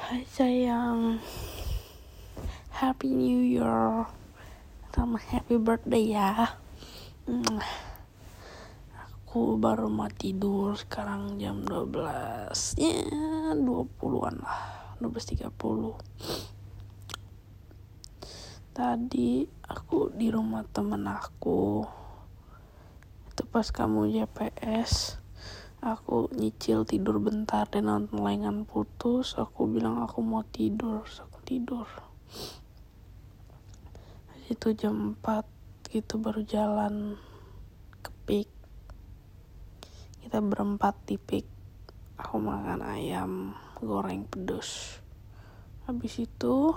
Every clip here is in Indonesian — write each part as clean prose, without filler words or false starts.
Hai sayang, Happy New Year sama Happy Birthday ya. Aku baru mau tidur sekarang jam 12 ya 20-an lah, 12.30. Tadi aku di rumah temen aku, itu pas kamu JPS, aku nyicil tidur bentar dan nonton Lengan Putus. Aku bilang aku mau tidur, aku tidur. Itu jam 4 gitu baru jalan ke Pik. Kita berempat di Pik. Aku makan ayam goreng pedas. Habis itu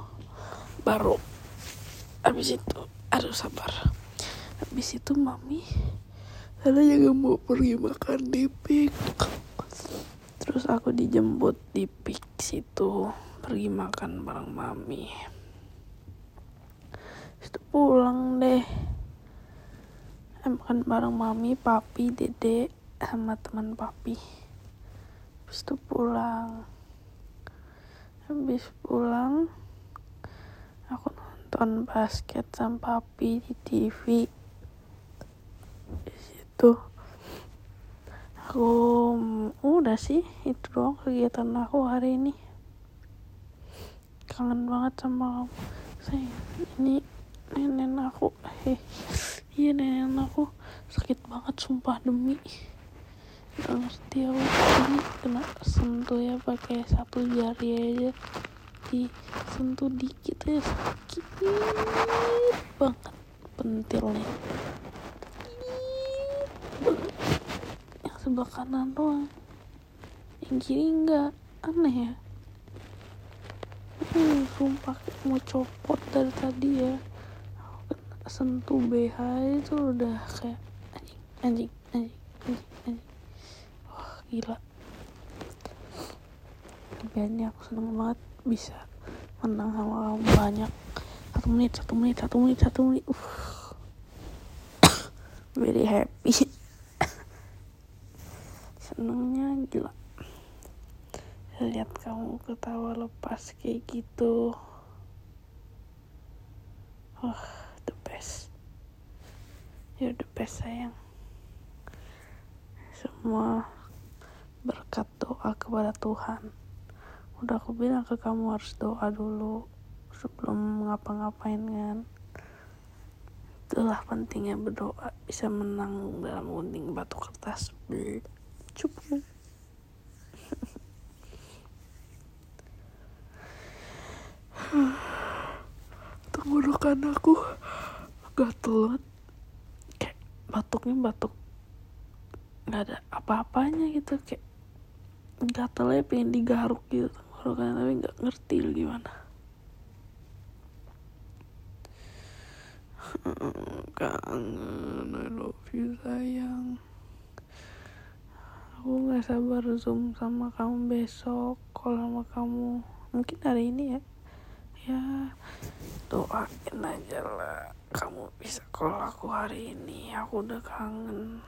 mami katanya gak mau pergi makan di Pik. Terus aku dijemput di Pik situ, pergi makan bareng mami. Terus pulang deh. Makan bareng mami, papi, dede, sama teman papi. Terus pulang. Habis pulang, aku nonton basket sama papi di TV. Di situ aku udah sih, itu doang kegiatan aku hari ini. Kangen banget sama kamu. Ini nenek aku. Iya, nenek aku sakit banget sumpah demi. Gak ngerti aku ini kena sentuh ya pakai satu jari aja, disentuh dikit ya sakit banget pentilnya. Yang sebelah kanan doang, yang kiri enggak. Aneh ya. Sumpah kayak mau copot dari tadi ya. Aku kena sentuh BH itu udah kayak anjing. Wah gila. Tapi ini aku seneng banget bisa menang sama kamu banyak. 1 menit. Very happy. Senengnya gila. Lihat kamu ketawa lepas kayak gitu. The best. You're the best sayang. Semua berkat doa kepada Tuhan. Udah aku bilang ke kamu harus doa dulu sebelum ngapa-ngapain kan. Itulah pentingnya berdoa, bisa menang dalam gunting batu kertas. Cukup. Tenggorokan aku gatel banget, kayak batuknya nggak ada apa-apanya gitu, kayak gatelnya pengen digaruk gitu tenggorokan, tapi nggak ngerti gimana. Kangen, I love you sayang. Aku nggak sabar zoom sama kamu besok. Kalau sama kamu mungkin hari ini ya doain aja lah kamu bisa call aku hari ini. Aku udah kangen.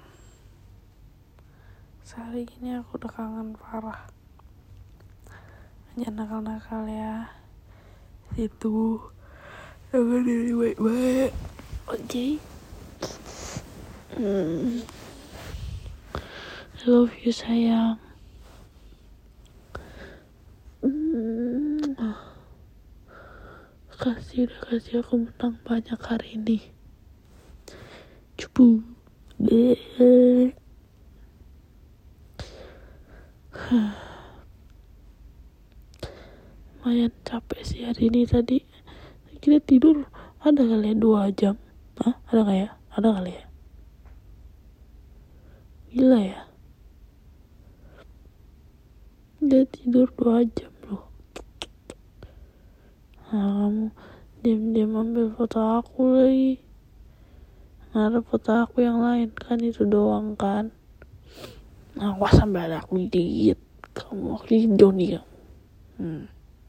Sehari ini aku udah kangen parah. Jangan nakal-nakal ya. Itu jaga diri baik-baik. Okay. I love you sayang. Udah kasih aku menang banyak hari ini. Cupu. Lumayan capek sih hari ini. Tadi kita tidur ada kali ya 2 jam. Ada gak ya? Ada kali ya. Gila ya. Dia tidur 2 jam loh. Nah, kamu diam-diam ambil foto aku lagi. Nggak ada foto aku yang lain kan, itu doang kan. Awas sampai ada aku digigit. Kamu aku Doni kamu.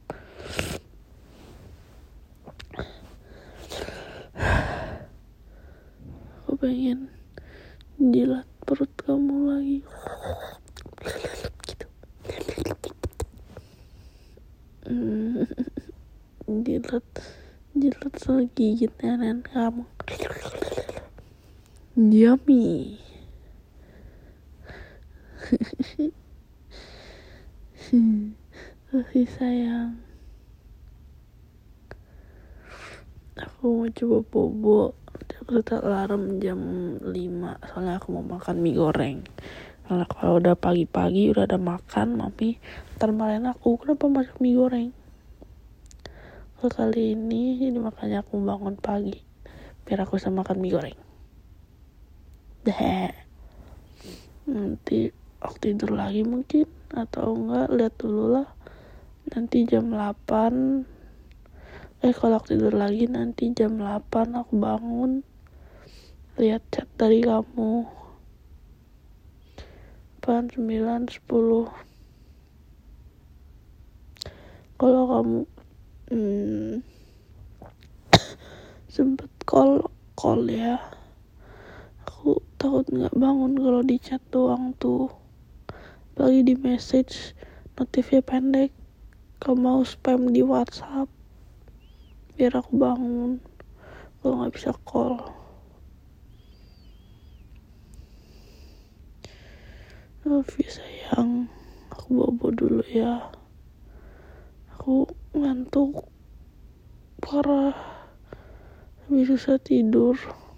Aku pengen jilat perut kamu lagi gitu. jilat sama gigit nenek kamu. Yummy. Kasih sayang. Aku mau coba bobo. Aku set alarm jam 5 soalnya aku mau makan mie goreng. Karena kalau udah pagi-pagi udah ada makan, mami ntar marahin aku kenapa masak mie goreng. Kalau kali ini jadi makanya aku bangun pagi biar aku bisa makan mie goreng. Nanti aku tidur lagi mungkin atau enggak, lihat dulu lah. Nanti jam 8 kalau aku tidur lagi nanti jam 8 aku bangun, lihat chat dari kamu 8, 9, 10. Kalau kamu sempet call ya, aku takut nggak bangun kalau di chat doang tuh, apalagi di message notifnya pendek. Kamu mau spam di WhatsApp biar aku bangun kalau nggak bisa call. Love you sayang. Aku bobo dulu ya, aku ngantuk parah, lebih susah tidur.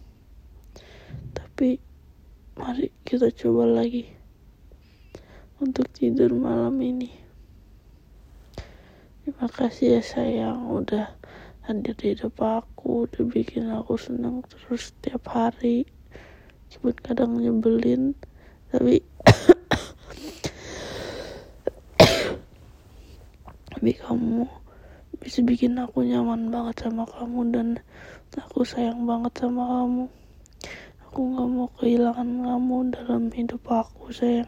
Tapi mari kita coba lagi untuk tidur malam ini. Terima kasih ya sayang, udah hadir di hidup aku, udah bikin aku senang terus setiap hari. Cuma kadang nyebelin, tapi kamu bisa bikin aku nyaman banget sama kamu, dan aku sayang banget sama kamu. Aku gak mau kehilangan kamu dalam hidup aku sayang.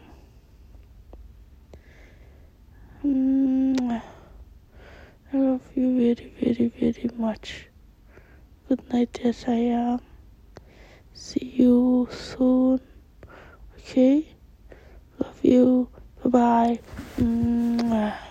I love you very very very much. Good night ya sayang. See you soon. Okay? Love you. Bye bye.